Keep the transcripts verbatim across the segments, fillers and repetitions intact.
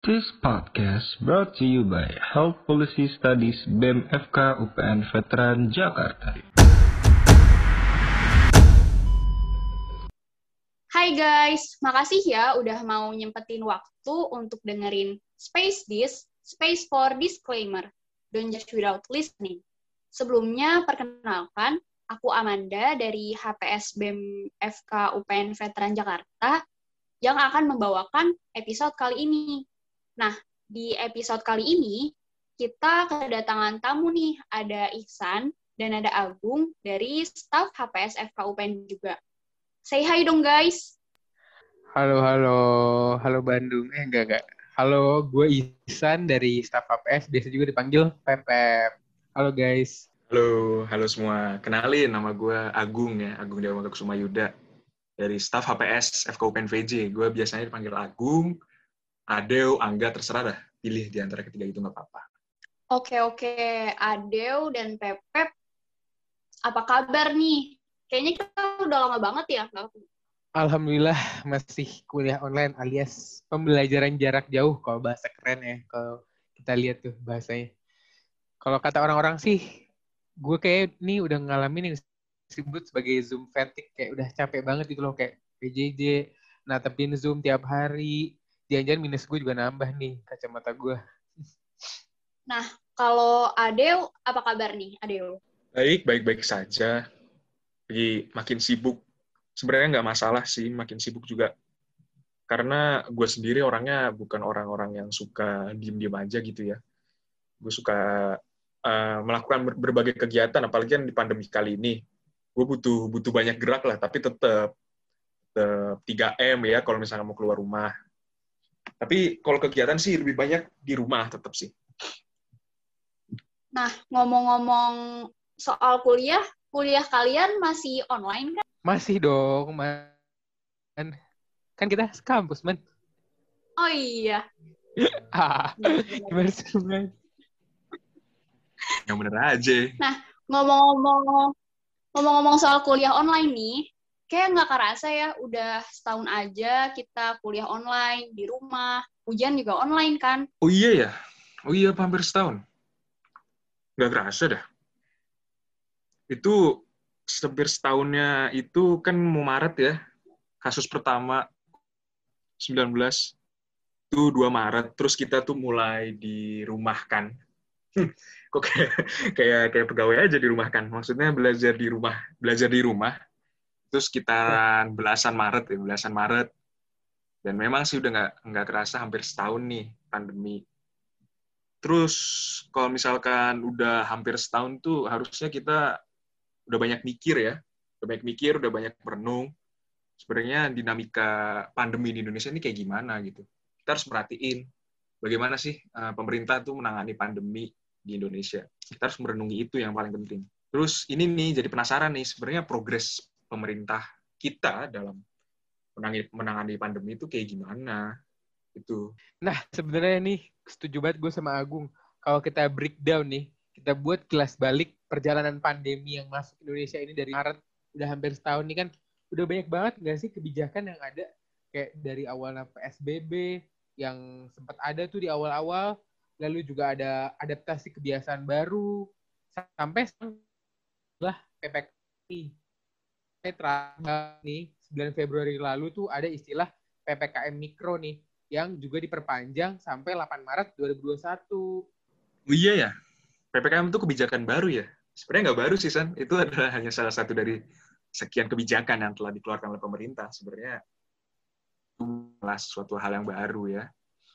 This podcast brought to you by Health Policy Studies B E M F K U P N Veteran Jakarta. Hai guys, makasih ya udah mau nyempetin waktu untuk dengerin Space Dis, Space for Disclaimer, Don't Judge Without Listening. Sebelumnya, perkenalkan, aku Amanda dari H P S B E M F K U P N Veteran Jakarta yang akan membawakan episode kali ini. Nah, di episode kali ini, kita kedatangan tamu nih, ada Ihsan dan ada Agung dari staf H P S F K U P N juga. Say hi dong, guys. Halo, halo. Halo Bandung. Eh, enggak, enggak. Halo, gue Ihsan dari staf H P S, biasa juga dipanggil Pepep. Halo, guys. Halo, halo semua. Kenalin, nama gue Agung ya, Agung Dewa Kusuma Yuda. Dari staf H P S F K U P N V J. Gue biasanya dipanggil Agung, Adeu, Angga, terserah dah. Pilih di antara ketiga itu nggak apa-apa. Oke, oke. Adeu dan Pepep, apa kabar nih? Kayaknya kita udah lama banget ya. Alhamdulillah masih kuliah online alias pembelajaran jarak jauh, kalau bahasa keren ya. Kalau kita lihat tuh bahasanya. Kalau kata orang-orang sih, gue kayak nih udah ngalamin yang disebut sebagai Zoom fatigue. Kayak udah capek banget gitu loh, kayak P J J, natepin Zoom tiap hari. Jangan-jangan minus gue juga nambah nih kacamata gue. Nah, kalau Adeu, apa kabar nih, Adeu? Baik, baik-baik saja. Jadi makin sibuk. Sebenarnya nggak masalah sih, makin sibuk juga. Karena gue sendiri orangnya bukan orang-orang yang suka diem-diem aja gitu ya. Gue suka uh, melakukan berbagai kegiatan, apalagi kan di pandemi kali ini. Gue butuh butuh banyak gerak lah, tapi tetap tiga M ya kalau misalnya mau keluar rumah. Tapi kalau kegiatan sih lebih banyak di rumah tetap sih. Nah, ngomong-ngomong soal kuliah, kuliah kalian masih online kan? Masih dong, man. Kan kita sekampus, man. Oh iya. Gimana sih, man? Yang bener aja. Nah, ngomong-ngomong ngomong-ngomong soal kuliah online nih, kayak nggak kerasa ya, udah setahun aja kita kuliah online di rumah, ujian juga online kan? Oh iya ya? Oh iya, hampir setahun. Nggak kerasa dah. Itu hampir setahunnya itu kan mau Maret ya. Kasus pertama sembilan belas itu dua Maret. Terus kita tuh mulai dirumahkan. Kok kayak, kayak kayak pegawai aja dirumahkan. Maksudnya belajar di rumah, belajar di rumah. Terus sekitaran belasan Maret ya, belasan Maret. Dan memang sih udah nggak nggak kerasa hampir setahun nih pandemi. Terus kalau misalkan udah hampir setahun tuh harusnya kita udah banyak mikir ya, udah banyak mikir, udah banyak merenung. Sebenarnya dinamika pandemi di Indonesia ini kayak gimana gitu. Kita harus merhatiin bagaimana sih uh, pemerintah tuh menangani pandemi di Indonesia. Kita harus merenungi itu yang paling penting. Terus ini nih jadi penasaran nih sebenarnya progres pemerintah kita dalam menangani, menangani pandemi itu kayak gimana itu. Nah, sebenarnya nih setuju banget gue sama Agung. Kalau kita breakdown nih, kita buat kelas balik perjalanan pandemi yang masuk Indonesia ini dari Maret, udah hampir setahun nih kan, udah banyak banget nggak sih kebijakan yang ada, kayak dari awalnya P S B B, yang sempat ada tuh di awal-awal, lalu juga ada adaptasi kebiasaan baru, sampai setelah P P K M. Terakhir nih, sembilan Februari lalu tuh ada istilah P P K M Mikro nih, yang juga diperpanjang sampai delapan Maret dua ribu dua puluh satu. Oh iya ya? P P K M itu kebijakan baru ya? Sebenarnya nggak baru sih, San. Itu adalah hanya salah satu dari sekian kebijakan yang telah dikeluarkan oleh pemerintah. Sebenarnya itu adalah suatu hal yang baru ya.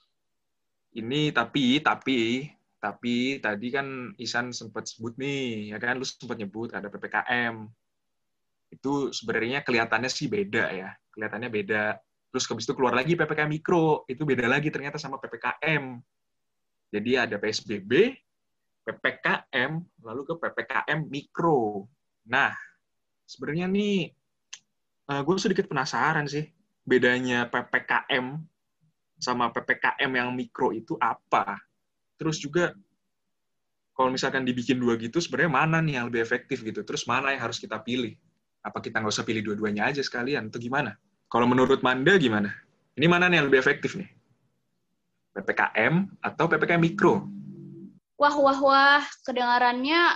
Ini tapi, tapi, tapi tadi kan Ihsan sempat sebut nih, ya kan? Lu sempat nyebut ada P P K M. Itu sebenarnya kelihatannya sih beda ya. Kelihatannya beda. Terus habis itu keluar lagi P P K M Mikro. Itu beda lagi ternyata sama P P K M. Jadi ada P S B B, P P K M, lalu ke P P K M Mikro. Nah, sebenarnya nih, uh, gue sedikit penasaran sih, bedanya P P K M sama P P K M yang Mikro itu apa? Terus juga, kalau misalkan dibikin dua gitu, sebenarnya mana nih yang lebih efektif gitu? Terus mana yang harus kita pilih? Apa kita nggak usah pilih dua-duanya aja sekalian? Atau gimana? Kalau menurut Manda gimana? Ini mana nih yang lebih efektif nih? P P P K M atau P P K M Mikro? Wah, wah, wah. Kedengarannya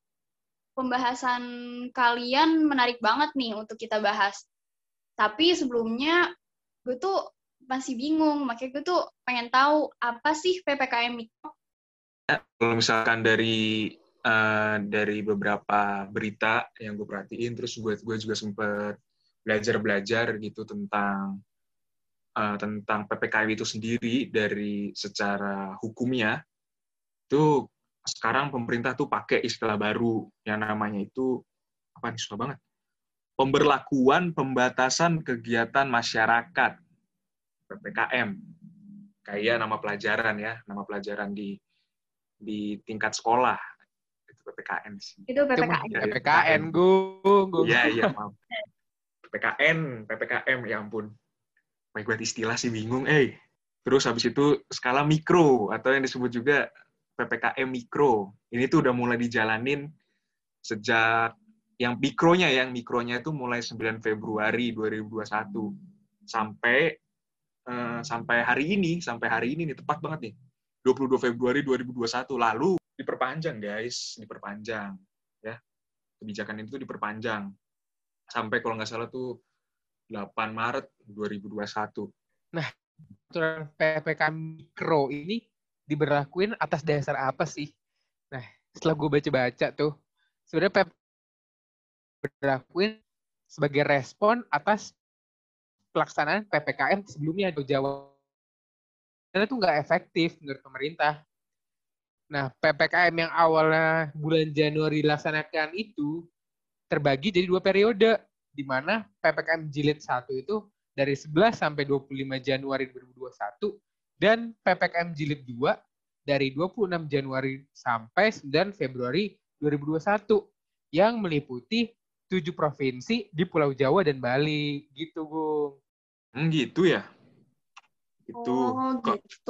pembahasan kalian menarik banget nih untuk kita bahas. Tapi sebelumnya gue tuh masih bingung. Makanya gue tuh pengen tahu apa sih P P K M Mikro? Kalau misalkan dari uh, dari beberapa berita yang gue perhatiin, terus gue gue juga sempat belajar-belajar gitu tentang uh, tentang P P K M itu sendiri dari secara hukumnya. Itu sekarang pemerintah tuh pakai istilah baru yang namanya itu apa nih, susah banget. Pemberlakuan pembatasan kegiatan masyarakat, P P K M. Kayak nama pelajaran ya, nama pelajaran di di tingkat sekolah. Itu P P K M sih. Itu P P K M. P P K M, gue. Iya, iya, maaf. P P K N, P P K M, ya ampun. Baik buat istilah sih bingung, eh. Terus habis itu skala mikro, atau yang disebut juga P P K M Mikro. Ini tuh udah mulai dijalanin sejak yang mikronya, yang mikronya itu mulai sembilan Februari dua ribu dua puluh satu sampai uh, sampai hari ini, sampai hari ini nih tepat banget nih. dua puluh dua Februari dua ribu dua puluh satu lalu diperpanjang, guys, diperpanjang ya. Kebijakan itu diperpanjang sampai kalau nggak salah tuh delapan Maret dua ribu dua puluh satu. Nah, aturan P P K M Mikro ini diberlakuin atas dasar apa sih? Nah, setelah gue baca-baca tuh, sebenarnya P P K M diberlakuin sebagai respon atas pelaksanaan P P K M sebelumnya di Jawa. Dan itu nggak efektif menurut pemerintah. Nah, P P K M yang awalnya bulan Januari dilaksanakan itu terbagi jadi dua periode, di mana P P K M Jilid satu itu dari sebelas sampai dua puluh lima Januari dua ribu dua puluh satu, dan P P K M Jilid dua dari dua puluh enam Januari sampai sembilan Februari dua ribu dua puluh satu, yang meliputi tujuh provinsi di Pulau Jawa dan Bali. Gitu, Gung. Hmm, gitu ya? Itu. Oh, gitu.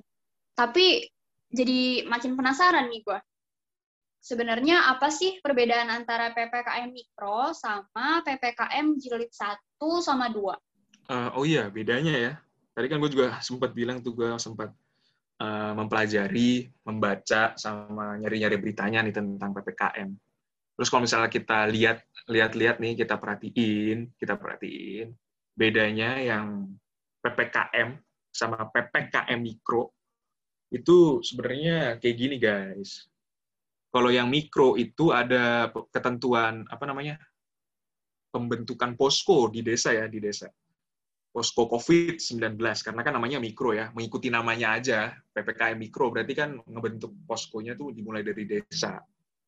Tapi jadi makin penasaran nih gue. Sebenarnya apa sih perbedaan antara P P K M Mikro sama P P K M Jilid satu sama dua? Uh, oh iya, bedanya ya. Tadi kan gue juga sempat bilang tuh, gue sempat uh, mempelajari, membaca, sama nyari-nyari beritanya nih tentang P P K M. Terus kalau misalnya kita lihat, lihat-lihat nih, kita perhatiin, kita perhatiin, bedanya yang P P K M sama P P K M Mikro, itu sebenarnya kayak gini, guys. Kalau yang mikro itu ada ketentuan, apa namanya, pembentukan posko di desa ya, di desa. Posko covid sembilan belas, karena kan namanya mikro ya, mengikuti namanya aja, P P K M Mikro, berarti kan ngebentuk poskonya tuh dimulai dari desa.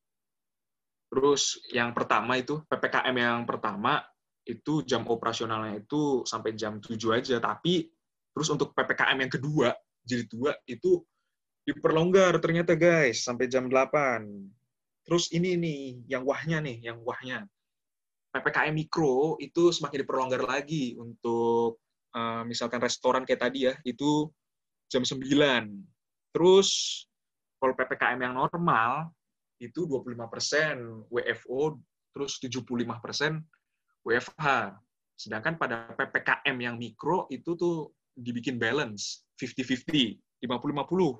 Terus yang pertama itu, P P K M yang pertama, itu jam operasionalnya itu sampai jam tujuh aja, tapi terus untuk P P K M yang kedua, jilid dua, itu diperlonggar ternyata, guys, sampai jam delapan. Terus ini nih, yang wahnya nih, yang wahnya. P P K M Mikro itu semakin diperlonggar lagi untuk uh, misalkan restoran kayak tadi ya, itu jam sembilan. Terus kalau P P K M yang normal itu dua puluh lima persen W F O, terus tujuh puluh lima persen W F H. Sedangkan pada P P K M yang mikro itu tuh dibikin balance, lima puluh lima puluh, lima puluh lima puluh.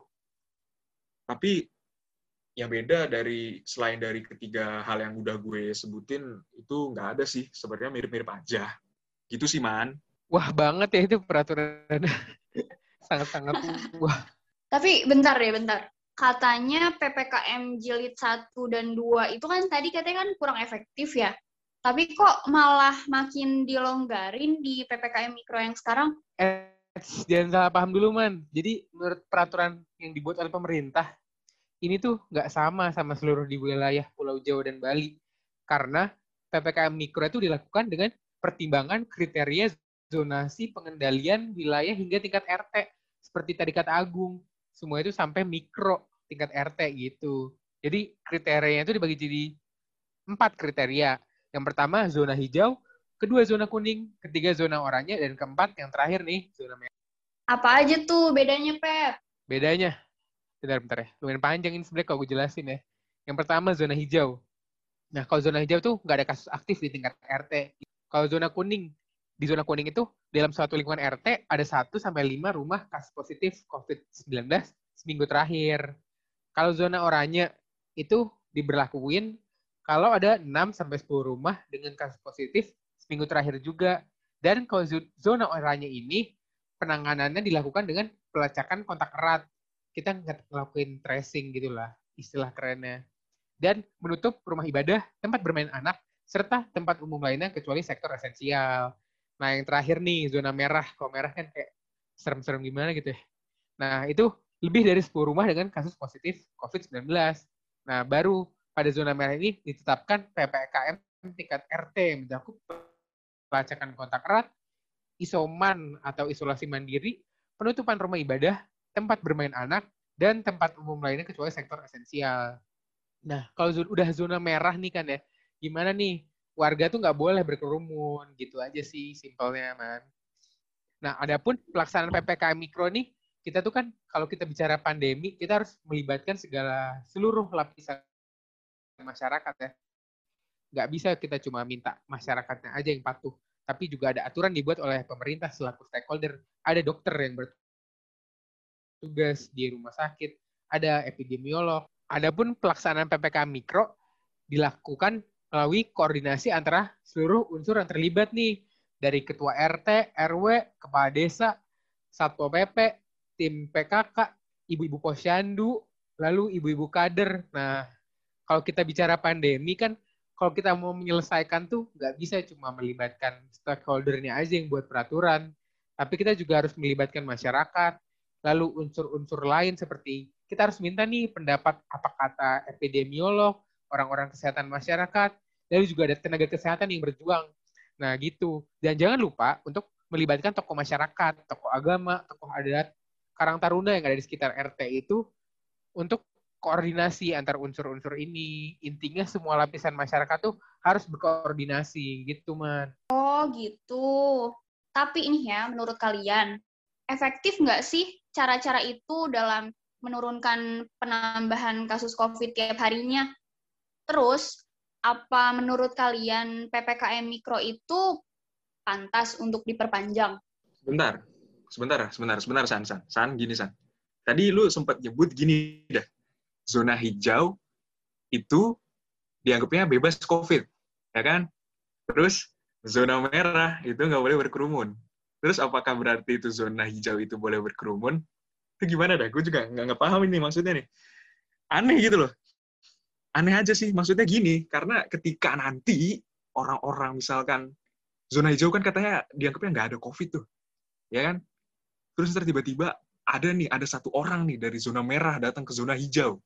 Tapi yang beda dari selain dari ketiga hal yang udah gue sebutin itu nggak ada sih, sebenarnya mirip-mirip aja gitu sih, Man. Wah banget ya itu peraturan. Sangat-sangat wah. Tapi bentar deh, bentar. Katanya P P K M Jilid satu dan dua itu kan tadi katanya kan kurang efektif ya. Tapi kok malah makin dilonggarin di P P K M Mikro yang sekarang? Eh, jangan salah paham dulu, Man. Jadi menurut peraturan yang dibuat oleh pemerintah, ini tuh nggak sama sama seluruh di wilayah Pulau Jawa dan Bali. Karena P P K M Mikro itu dilakukan dengan pertimbangan kriteria zonasi pengendalian wilayah hingga tingkat R T. Seperti tadi kata Agung, semua itu sampai mikro tingkat R T gitu. Jadi kriterianya itu dibagi jadi empat kriteria. Yang pertama zona hijau, kedua zona kuning, ketiga zona oranye, dan keempat yang terakhir nih zona merah. Apa aja tuh bedanya, Pep? Bedanya? Bentar-bentar ya, lumayan panjang ini sebenarnya kalau gue jelasin ya. Yang pertama zona hijau. Nah, kalau zona hijau tuh nggak ada kasus aktif di tingkat R T. Kalau zona kuning, di zona kuning itu dalam suatu lingkungan R T ada satu sampai lima rumah kasus positif covid sembilan belas seminggu terakhir. Kalau zona oranye itu diberlakuin kalau ada enam sampai sepuluh rumah dengan kasus positif seminggu terakhir juga. Dan kalau zona oranye ini penanganannya dilakukan dengan pelacakan kontak erat. Kita ngelakuin tracing gitulah istilah kerennya. Dan menutup rumah ibadah, tempat bermain anak, serta tempat umum lainnya kecuali sektor esensial. Nah, yang terakhir nih, zona merah. Kalau merah kan kayak serem-serem gimana gitu ya. Nah, itu lebih dari sepuluh rumah dengan kasus positif covid sembilan belas. Nah, baru pada zona merah ini ditetapkan P P K M tingkat R T mencakup pelacakan kontak erat, isoman atau isolasi mandiri, penutupan rumah ibadah, tempat bermain anak, dan tempat umum lainnya kecuali sektor esensial. Nah, kalau udah zona merah nih kan ya, gimana nih? Warga tuh nggak boleh berkerumun, gitu aja sih simpelnya, man. Nah, adapun pelaksanaan P P K M Mikro nih, kita tuh kan kalau kita bicara pandemi, kita harus melibatkan segala seluruh lapisan masyarakat ya. Nggak bisa kita cuma minta masyarakatnya aja yang patuh, tapi juga ada aturan dibuat oleh pemerintah selaku stakeholder. Ada dokter yang bertugas di rumah sakit, ada epidemiolog. Adapun pelaksanaan P P K M Mikro dilakukan melalui koordinasi antara seluruh unsur yang terlibat nih, dari ketua R T, R W, kepala desa, Satpol P P, tim P K K, ibu-ibu posyandu, lalu ibu-ibu kader. Nah, kalau kita bicara pandemi kan, kalau kita mau menyelesaikan tuh nggak bisa cuma melibatkan stakeholder-nya aja yang buat peraturan, tapi kita juga harus melibatkan masyarakat, lalu unsur-unsur lain seperti kita harus minta nih pendapat apa kata epidemiolog, orang-orang kesehatan masyarakat, lalu juga ada tenaga kesehatan yang berjuang. Nah gitu. Dan jangan lupa untuk melibatkan tokoh masyarakat, tokoh agama, tokoh adat, Karang Taruna yang ada di sekitar R T itu untuk koordinasi antar unsur-unsur ini. Intinya semua lapisan masyarakat tuh harus berkoordinasi gitu, man. Oh gitu. Tapi ini ya, menurut kalian, efektif nggak sih cara-cara itu dalam menurunkan penambahan kasus COVID tiap harinya? Terus, apa menurut kalian P P K M Mikro itu pantas untuk diperpanjang? Sebentar, sebentar, sebentar, sebentar, San, San, San, gini, San. Tadi lu sempat nyebut gini dah, zona hijau itu dianggapnya bebas COVID, ya kan? Terus, zona merah itu nggak boleh berkerumun. Terus, apakah berarti itu zona hijau itu boleh berkerumun? Itu gimana dah? Gue juga nggak, nggak paham ini maksudnya nih. Aneh gitu loh. Aneh aja sih, maksudnya gini, karena ketika nanti orang-orang misalkan, zona hijau kan katanya dianggapnya nggak ada COVID tuh, ya kan? Terus ntar tiba-tiba ada nih, ada satu orang nih dari zona merah datang ke zona hijau.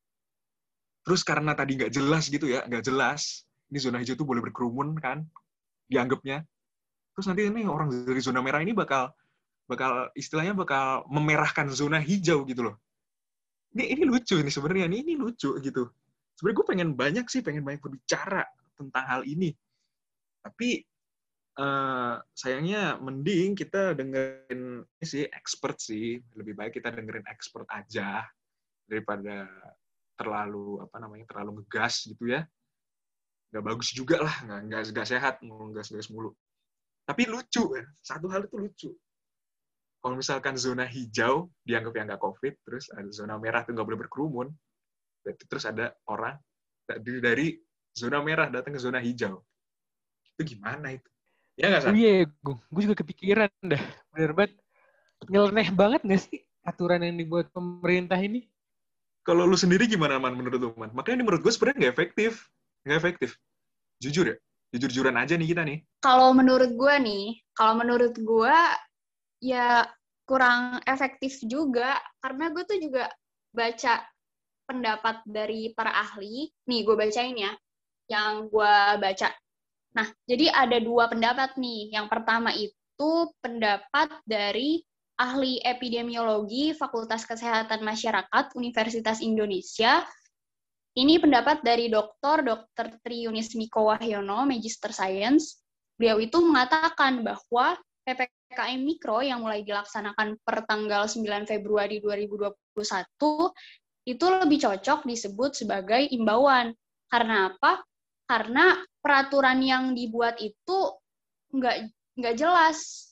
Terus karena tadi nggak jelas gitu ya, nggak jelas, ini zona hijau tuh boleh berkerumun kan, dianggapnya. Terus nanti ini orang dari zona merah ini bakal, bakal istilahnya bakal memerahkan zona hijau gitu loh. Ini, ini lucu ini sebenarnya, ini, ini lucu gitu. Sebenarnya gue pengen banyak sih, pengen banyak berbicara tentang hal ini. Tapi uh, sayangnya mending kita dengerin ini sih, expert sih. Lebih baik kita dengerin expert aja daripada terlalu apa namanya terlalu ngegas gitu ya. Nggak bagus juga lah, nggak nggak, nggak sehat mau ngegas-ngegas mulu. Tapi lucu ya, satu hal itu lucu. Kalau misalkan zona hijau dianggap yang nggak COVID, terus ada zona merah tuh nggak boleh berkerumun. Terus ada orang dari zona merah datang ke zona hijau. Itu gimana itu? Ya nggak, San? Oh iya, gue, gue juga kepikiran dah. Bener banget. Nyeleneh banget nggak sih aturan yang dibuat pemerintah ini? Kalau lu sendiri gimana, Man, menurut lu, Man? Makanya ini menurut gue sebenarnya nggak efektif. Nggak efektif. Jujur ya? Jujur-jujuran aja nih kita nih. Kalau menurut gue nih, kalau menurut gue, ya kurang efektif juga. Karena gue tuh juga baca pendapat dari para ahli. Nih, gue bacain ya. Yang gue baca. Nah, jadi ada dua pendapat nih. Yang pertama itu pendapat dari ahli epidemiologi Fakultas Kesehatan Masyarakat Universitas Indonesia. Ini pendapat dari Doktor Doktor Tri Yunis Miko Wahyono, Magister Science. Beliau itu mengatakan bahwa P P K M Mikro yang mulai dilaksanakan per tanggal sembilan Februari dua ribu dua puluh satu itu lebih cocok disebut sebagai imbauan. Karena apa? Karena peraturan yang dibuat itu nggak nggak jelas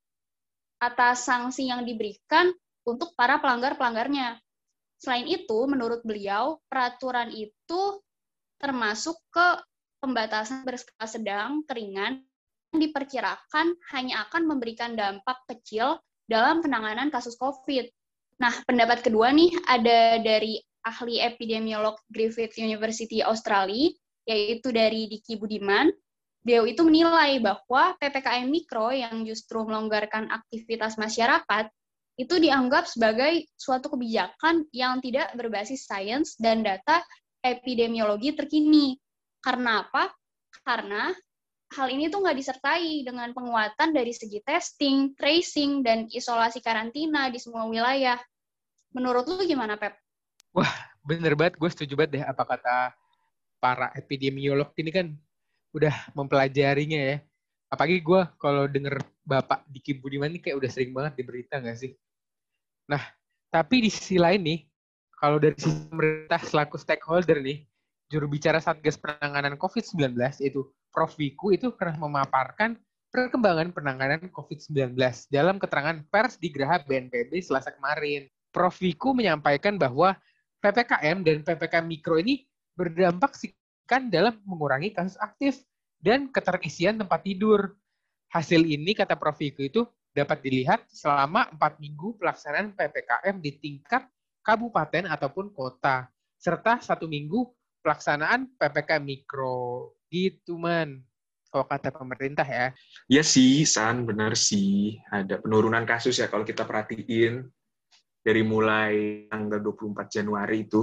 atas sanksi yang diberikan untuk para pelanggar-pelanggarnya. Selain itu, menurut beliau, peraturan itu termasuk ke pembatasan berskala sedang ke ringan yang diperkirakan hanya akan memberikan dampak kecil dalam penanganan kasus COVID. Nah, pendapat kedua nih ada dari ahli epidemiolog Griffith University Australia, yaitu dari Diki Budiman. Beliau itu menilai bahwa P P K M Mikro yang justru melonggarkan aktivitas masyarakat itu dianggap sebagai suatu kebijakan yang tidak berbasis sains dan data epidemiologi terkini. Karena apa? Karena hal ini tuh nggak disertai dengan penguatan dari segi testing, tracing, dan isolasi karantina di semua wilayah. Menurut lu gimana, Pep? Wah, bener banget. Gue setuju banget deh apa kata para epidemiolog ini kan udah mempelajarinya ya. Apalagi gue kalau denger Bapak Diki Budiman ini kayak udah sering banget di berita nggak sih? Nah, tapi di sisi lain nih, kalau dari sisi pemerintah selaku stakeholder nih, juru bicara Satgas Penanganan covid sembilan belas yaitu Prof Wiku itu pernah memaparkan perkembangan penanganan covid sembilan belas dalam keterangan pers di Geraha B N P B Selasa kemarin. Prof Wiku menyampaikan bahwa P P K M dan P P K M Mikro ini berdampak signifikan dalam mengurangi kasus aktif dan keterisian tempat tidur. Hasil ini, kata Prof Wiku itu, dapat dilihat selama empat minggu pelaksanaan P P K M di tingkat kabupaten ataupun kota, serta satu minggu pelaksanaan P P K M Mikro. Gitu, Man. Kalau kata pemerintah ya. Ya sih, San, benar sih. Ada penurunan kasus ya kalau kita perhatiin. Dari mulai tanggal dua puluh empat Januari itu,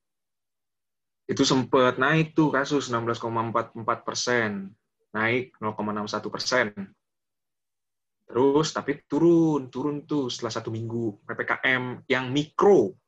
itu sempat naik tuh kasus enam belas koma empat empat persen, naik nol koma enam satu persen. Terus, tapi turun, turun tuh setelah satu minggu. P P K M yang mikro,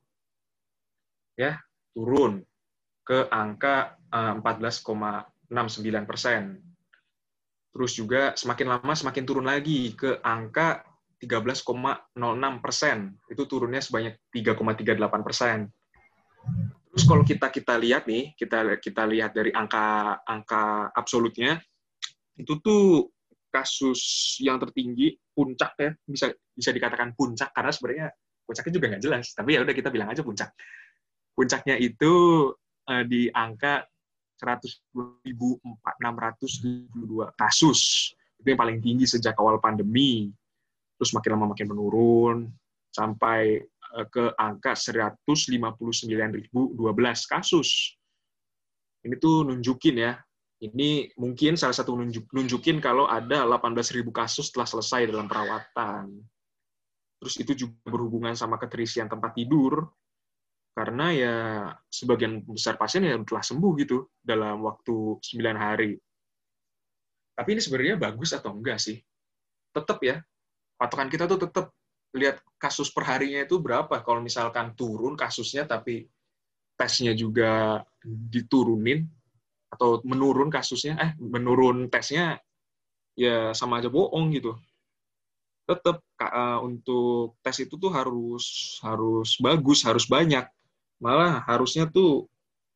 ya, turun ke angka empat belas koma enam sembilan persen. Terus juga semakin lama semakin turun lagi ke angka tiga belas koma nol enam persen. Itu turunnya sebanyak tiga koma tiga delapan persen. Terus kalau kita kita lihat nih, kita kita lihat dari angka angka absolutnya, itu tuh kasus yang tertinggi, puncak ya, bisa bisa dikatakan puncak karena sebenarnya puncaknya juga nggak jelas, tapi ya udah kita bilang aja puncak. Puncaknya itu eh, di angka seratus ribu enam ratus tujuh puluh dua kasus. Itu yang paling tinggi sejak awal pandemi. Terus makin lama makin menurun, sampai ke angka seratus lima puluh sembilan ribu dua belas kasus. Ini tuh nunjukin ya, ini mungkin salah satu nunjuk, nunjukin kalau ada delapan belas ribu kasus telah selesai dalam perawatan. Terus itu juga berhubungan sama keterisian tempat tidur, karena ya sebagian besar pasien ya telah sembuh gitu dalam waktu sembilan hari. Tapi ini sebenarnya bagus atau enggak sih? Tetap ya, patokan kita tuh tetap lihat kasus perharinya itu berapa. Kalau misalkan turun kasusnya tapi tesnya juga diturunin atau menurun kasusnya, eh menurun tesnya, ya sama aja bohong gitu. Tetap uh, untuk tes itu tuh harus harus bagus, harus banyak. Malah harusnya tuh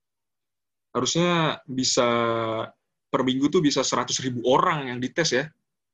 harusnya bisa per minggu tuh bisa seratus ribu orang yang dites ya.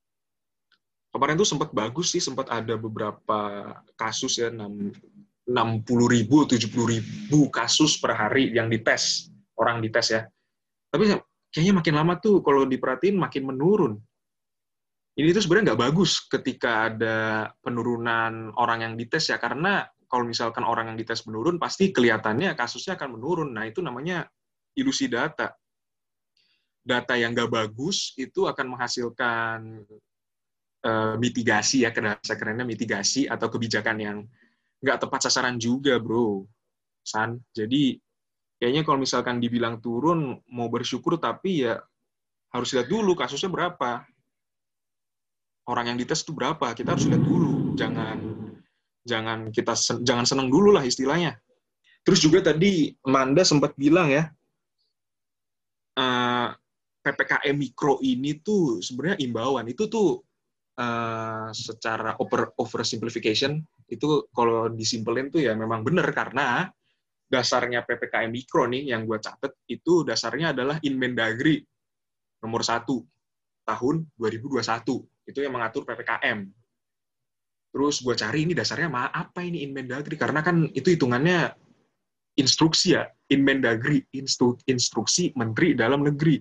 Kemarin tuh sempat bagus sih, sempat ada beberapa kasus ya, enam puluh ribu, tujuh puluh ribu kasus per hari yang dites, orang dites ya. Tapi kayaknya makin lama tuh kalau diperhatiin makin menurun. Ini tuh sebenarnya nggak bagus ketika ada penurunan orang yang dites ya, karena kalau misalkan orang yang dites menurun, pasti kelihatannya kasusnya akan menurun. Nah, itu namanya ilusi data. Data yang nggak bagus itu akan menghasilkan mitigasi ya, bahasa kerennya mitigasi atau kebijakan yang nggak tepat sasaran juga, bro. San, jadi kayaknya kalau misalkan dibilang turun, mau bersyukur, tapi ya harus lihat dulu kasusnya berapa. Orang yang dites itu berapa, kita harus lihat dulu. Jangan jangan kita jangan seneng dulu lah istilahnya. Terus juga tadi Manda sempat bilang ya, uh, P P K M Mikro ini tuh sebenarnya imbauan. Itu tuh Uh, secara over oversimplification itu kalau disimpelin tuh ya memang benar, karena dasarnya P P K M Mikro nih yang gue catet itu dasarnya adalah Inmendagri nomor satu tahun dua ribu dua puluh satu. Itu yang mengatur P P K M. Terus gue cari ini dasarnya apa ini Inmendagri, karena kan itu hitungannya instruksi ya, Inmendagri, instru, instruksi Menteri Dalam Negeri.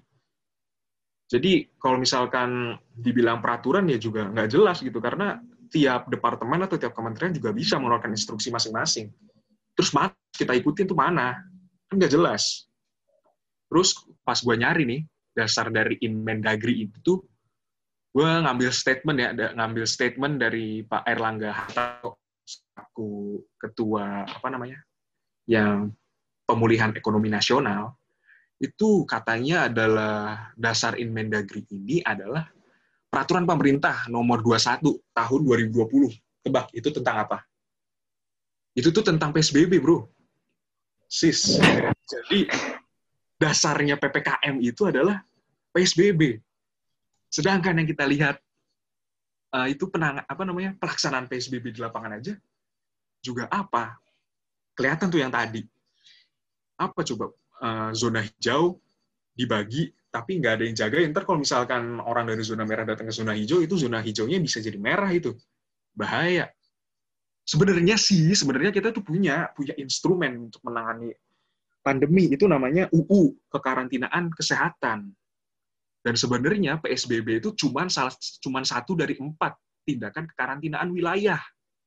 Jadi kalau misalkan dibilang peraturan ya juga nggak jelas gitu, karena tiap departemen atau tiap kementerian juga bisa mengeluarkan instruksi masing-masing. Terus mana kita ikutin tuh mana? Kan nggak jelas. Terus pas gue nyari nih, dasar dari Inmendagri itu tuh, gue ngambil statement ya, ngambil statement dari Pak Airlangga Hartarto, selaku ketua apa namanya, yang pemulihan ekonomi nasional, itu katanya adalah dasar Inmendagri ini adalah peraturan pemerintah nomor dua puluh satu tahun dua ribu dua puluh. Tebak, itu tentang apa? Itu tuh tentang P S B B, bro. Sis. Jadi, dasarnya P P K M itu adalah P S B B. Sedangkan yang kita lihat uh, itu penang apa namanya pelaksanaan P S B B di lapangan aja juga apa? Kelihatan tuh yang tadi. Apa coba? Uh, zona hijau dibagi tapi nggak ada yang jaga. Ntar kalau misalkan orang dari zona merah datang ke zona hijau, itu zona hijaunya bisa jadi merah, itu bahaya. Sebenarnya sih, sebenarnya kita tuh punya punya instrumen untuk menangani pandemi, itu namanya U U, kekarantinaan kesehatan. Dan sebenarnya P S B B itu cuma salah cuma satu dari empat tindakan kekarantinaan wilayah.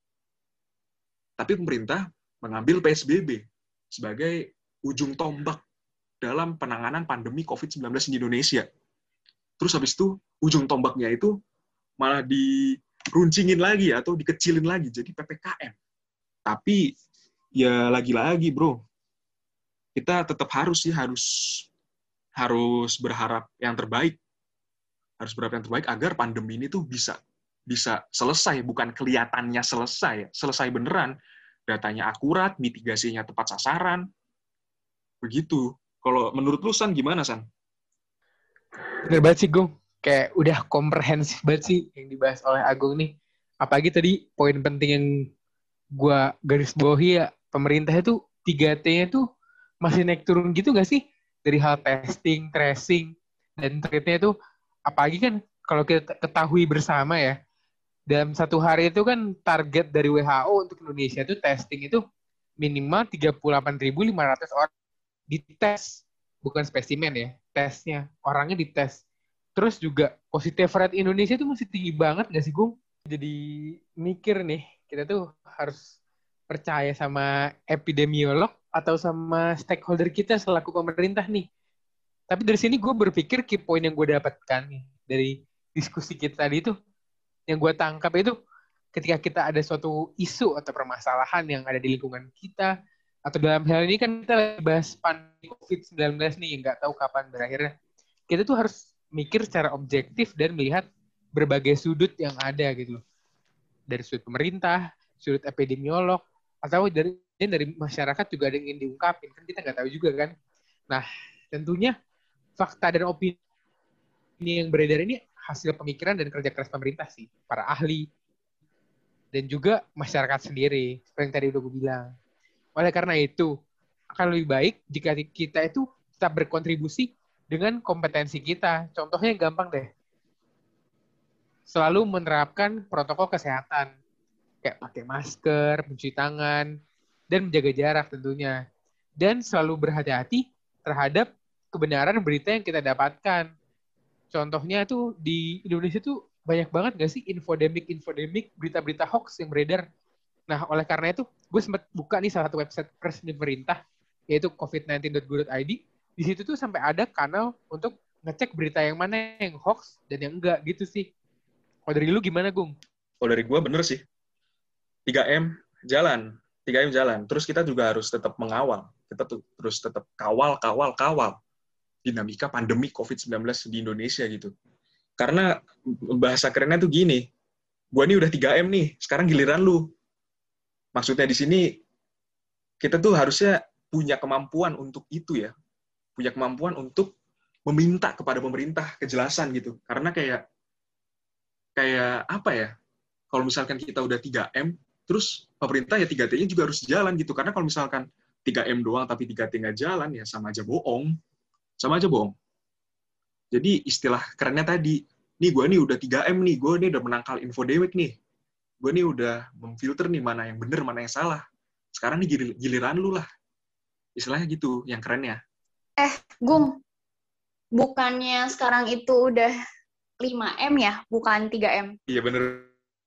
Tapi pemerintah mengambil P S B B sebagai ujung tombak dalam penanganan pandemi covid sembilan belas di Indonesia. Terus habis itu ujung tombaknya itu malah diruncingin lagi atau dikecilin lagi jadi P P K M. Tapi ya lagi-lagi, bro, kita tetap harus sih harus harus berharap yang terbaik. Harus berharap yang terbaik agar pandemi ini tuh bisa bisa selesai, bukan kelihatannya selesai, selesai beneran. Datanya akurat, mitigasinya tepat sasaran. Begitu. Kalau menurut lu, San, gimana, San? Bener banget sih, Gung. Kayak udah komprehensif banget sih yang dibahas oleh Agung nih. Apalagi tadi poin penting yang gua garis bawahi ya, pemerintah itu tiga T-nya tuh masih naik turun gitu nggak sih? Dari hal testing, tracing, dan treatnya itu, apalagi kan kalau kita ketahui bersama ya, dalam satu hari itu kan target dari W H O untuk Indonesia itu testing itu minimal tiga puluh delapan ribu lima ratus orang dites, bukan spesimen ya, tesnya, orangnya dites. Terus juga positive rate Indonesia itu masih tinggi banget nggak sih, Gung? Jadi mikir nih, kita tuh harus percaya sama epidemiolog atau sama stakeholder kita selaku pemerintah nih. Tapi dari sini gue berpikir key point yang gue dapatkan nih dari diskusi kita tadi itu, yang gue tangkap itu ketika kita ada suatu isu atau permasalahan yang ada di lingkungan kita, atau dalam hal ini kan kita lagi bahas pandemi covid sembilan belas nih, yang nggak tahu kapan berakhirnya. Kita tuh harus mikir secara objektif dan melihat berbagai sudut yang ada gitu. Dari sudut pemerintah, sudut epidemiolog, atau dari dari masyarakat juga ada yang ingin diungkapin, kan kita nggak tahu juga kan. Nah, tentunya fakta dan opini yang beredar ini hasil pemikiran dan kerja keras pemerintah sih, para ahli, dan juga masyarakat sendiri, seperti yang tadi udah gue bilang. Oleh karena itu, akan lebih baik jika kita itu tetap berkontribusi dengan kompetensi kita. Contohnya gampang deh, selalu menerapkan protokol kesehatan, kayak pakai masker, mencuci tangan, dan menjaga jarak tentunya. Dan selalu berhati-hati terhadap kebenaran berita yang kita dapatkan. Contohnya tuh di Indonesia tuh banyak banget gak sih infodemik-infodemik, berita-berita hoax yang beredar. Nah, oleh karena itu, gue sempat buka nih salah satu website resmi pemerintah, yaitu covid sembilan belas dot go dot i d. Di situ tuh sampai ada kanal untuk ngecek berita yang mana yang hoax dan yang enggak gitu sih. Kalau dari lu gimana, Gung? Kalau dari gue bener sih. tiga M jalan. tiga M jalan. Terus kita juga harus tetap mengawal. Kita tuh terus tetap kawal, kawal, kawal dinamika pandemi covid sembilan belas di Indonesia gitu. Karena bahasa kerennya tuh gini, gua nih udah tiga M nih, sekarang giliran lu. Maksudnya di sini, kita tuh harusnya punya kemampuan untuk itu ya. Punya kemampuan untuk meminta kepada pemerintah kejelasan gitu. Karena kayak, kayak apa ya, kalau misalkan kita udah tiga M, terus pemerintah ya tiga T-nya juga harus jalan gitu. Karena kalau misalkan tiga M doang tapi tiga T nggak jalan, ya sama aja bohong. Sama aja bohong. Jadi istilah kerennya tadi, nih gue nih udah tiga M nih, gue nih udah menangkal infodemic nih. Gue nih udah memfilter nih mana yang bener, mana yang salah. Sekarang nih giliran lu lah. Istilahnya gitu, yang kerennya. Eh, Gung, bukannya sekarang itu udah lima M ya, bukan tiga M? Iya bener.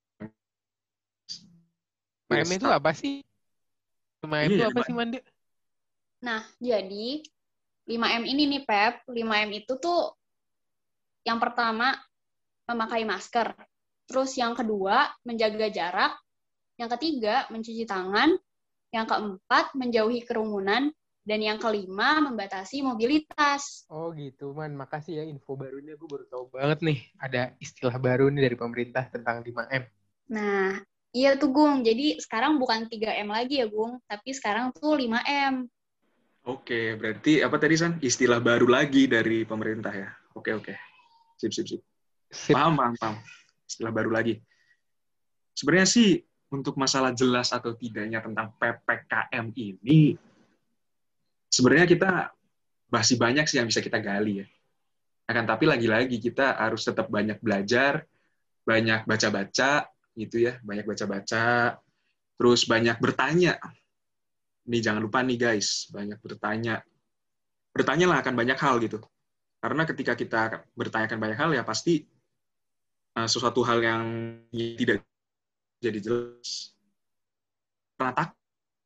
lima M itu apa sih? lima M itu Iya, apa sih, Manda? Nah, jadi lima M ini nih, Pep. lima M itu tuh yang pertama, memakai masker. Terus yang kedua, menjaga jarak. Yang ketiga, mencuci tangan. Yang keempat, menjauhi kerumunan. Dan yang kelima, membatasi mobilitas. Oh gitu, Man. Makasih ya info barunya. Gue baru tahu banget nih. Ada istilah baru nih dari pemerintah tentang lima M. Nah, iya tuh, Gung. Jadi sekarang bukan tiga M lagi ya, Gung. Tapi sekarang tuh lima M. Oke, berarti apa tadi, San? Istilah baru lagi dari pemerintah ya? Oke, oke. Sip, sip, sip. Sip. Paham, paham, paham. Istilah baru lagi. Sebenarnya sih, untuk masalah jelas atau tidaknya tentang P P K M ini, sebenarnya kita masih banyak sih yang bisa kita gali ya. Akan tapi lagi-lagi kita harus tetap banyak belajar, banyak baca-baca, gitu ya, banyak baca-baca, terus banyak bertanya. Nih jangan lupa nih guys, banyak bertanya. Bertanyalah akan banyak hal gitu. Karena ketika kita bertanyakan banyak hal ya pasti uh, sesuatu hal yang tidak jadi jelas. Karena tak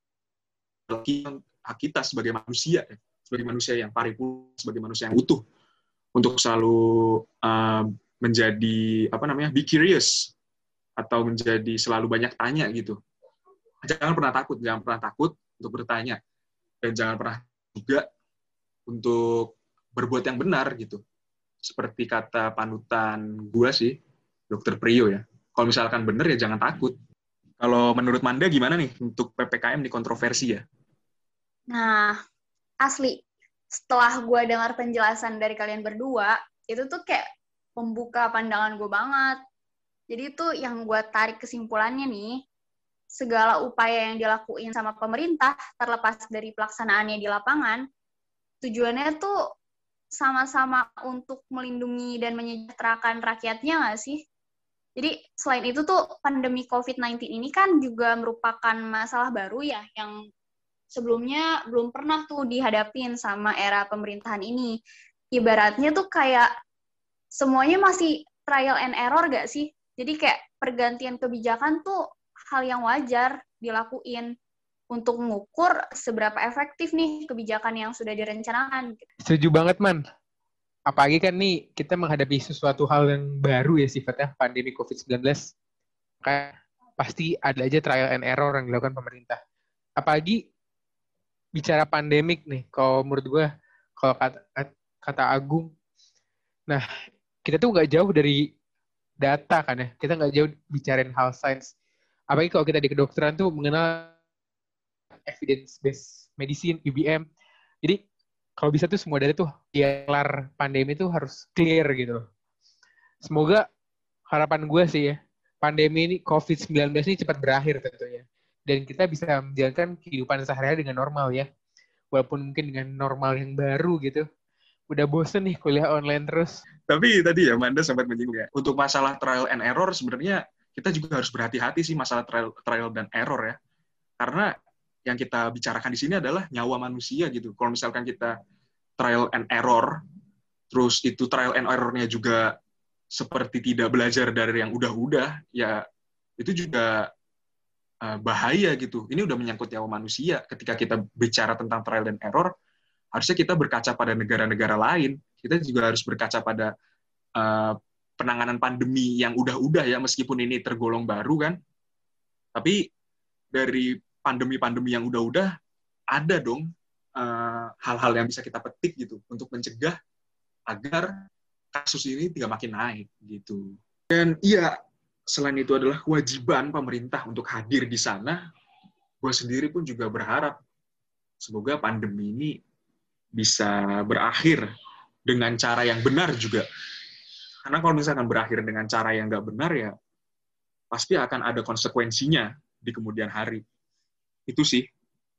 hak kita sebagai manusia, sebagai manusia yang paripurna, sebagai manusia yang utuh, untuk selalu uh, menjadi apa namanya, be curious, atau menjadi selalu banyak tanya gitu. Jangan pernah takut, jangan pernah takut untuk bertanya, dan jangan pernah juga untuk berbuat yang benar gitu. Seperti kata panutan gua sih, dokter Prio ya. Kalau misalkan benar ya jangan takut. Kalau menurut Manda gimana nih untuk P P K M di kontroversi ya? Nah, asli, setelah gue dengar penjelasan dari kalian berdua, itu tuh kayak membuka pandangan gue banget. Jadi itu yang gue tarik kesimpulannya nih, segala upaya yang dilakuin sama pemerintah, terlepas dari pelaksanaannya di lapangan, tujuannya tuh sama-sama untuk melindungi dan menyejahterakan rakyatnya nggak sih? Jadi selain itu tuh pandemi covid sembilan belas ini kan juga merupakan masalah baru ya, yang sebelumnya belum pernah tuh dihadapin sama era pemerintahan ini. Ibaratnya tuh kayak semuanya masih trial and error gak sih? Jadi kayak pergantian kebijakan tuh hal yang wajar dilakuin untuk mengukur seberapa efektif nih kebijakan yang sudah direncanakan. Setuju banget, Man. Apalagi kan nih, kita menghadapi sesuatu hal yang baru ya sifatnya, pandemi covid sembilan belas. Kayak pasti ada aja trial and error yang dilakukan pemerintah. Apalagi bicara pandemik nih, kalau menurut gue, kalau kata, kata Agung, nah kita tuh nggak jauh dari data kan ya, kita nggak jauh bicarain hal sains. Apalagi kalau kita di kedokteran tuh mengenal evidence-based medicine, E B M. Jadi kalau bisa tuh semua data tuh kelar pandemi tuh harus clear gitu. Semoga harapan gue sih ya, pandemi ini covid sembilan belas ini cepat berakhir tentunya. Dan kita bisa menjalankan kehidupan sehari-hari dengan normal ya. Walaupun mungkin dengan normal yang baru gitu. Udah bosen nih kuliah online terus. Tapi tadi ya, Manda sempat menyinggung ya, untuk masalah trial and error sebenarnya kita juga harus berhati-hati sih masalah trial, trial dan error ya. Karena yang kita bicarakan di sini adalah nyawa manusia gitu. Kalau misalkan kita trial and error, terus itu trial and error-nya juga seperti tidak belajar dari yang udah-udah, ya itu juga uh, bahaya gitu. Ini udah menyangkut nyawa manusia. Ketika kita bicara tentang trial and error, harusnya kita berkaca pada negara-negara lain. Kita juga harus berkaca pada uh, penanganan pandemi yang udah-udah ya, meskipun ini tergolong baru kan. Tapi dari pandemi-pandemi yang udah-udah, ada dong uh, hal-hal yang bisa kita petik gitu, untuk mencegah agar kasus ini tidak makin naik gitu. Dan iya, selain itu adalah kewajiban pemerintah untuk hadir di sana. Gue sendiri pun juga berharap semoga pandemi ini bisa berakhir dengan cara yang benar juga. Karena kalau misalkan berakhir dengan cara yang nggak benar ya, pasti akan ada konsekuensinya di kemudian hari. Itu sih.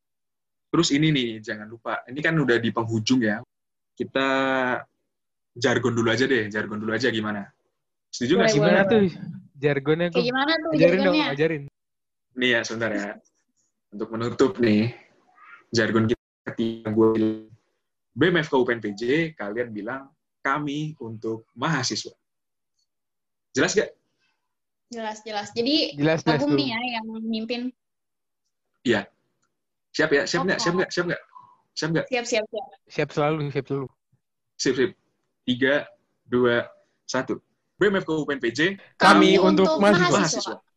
Terus ini nih, jangan lupa, ini kan udah di penghujung ya. Kita jargon dulu aja deh, jargon dulu aja gimana? Setuju nggak Boleh, sih? Gimana boleh. tuh jargonnya Kayak kok? gimana tuh Ajarin dong, jargonnya? ajarin. Nih ya, sebentar ya. Untuk menutup nih, jargon kita ketika gue bilang B M F K U P N P J, kalian bilang kami untuk mahasiswa. Jelas gak? Jelas, jelas. Jadi Jelas, jelas Agung tuh. nih ya yang mimpin. Iya. Siap ya? Siap nggak? Oke. Siap nggak? Siap nggak? Siap nggak? Siap, siap, siap. Siap selalu, siap selalu. Sip, sip. Tiga, dua, satu. B M F K U P N P J, Kami untuk mahasiswa. mahasiswa.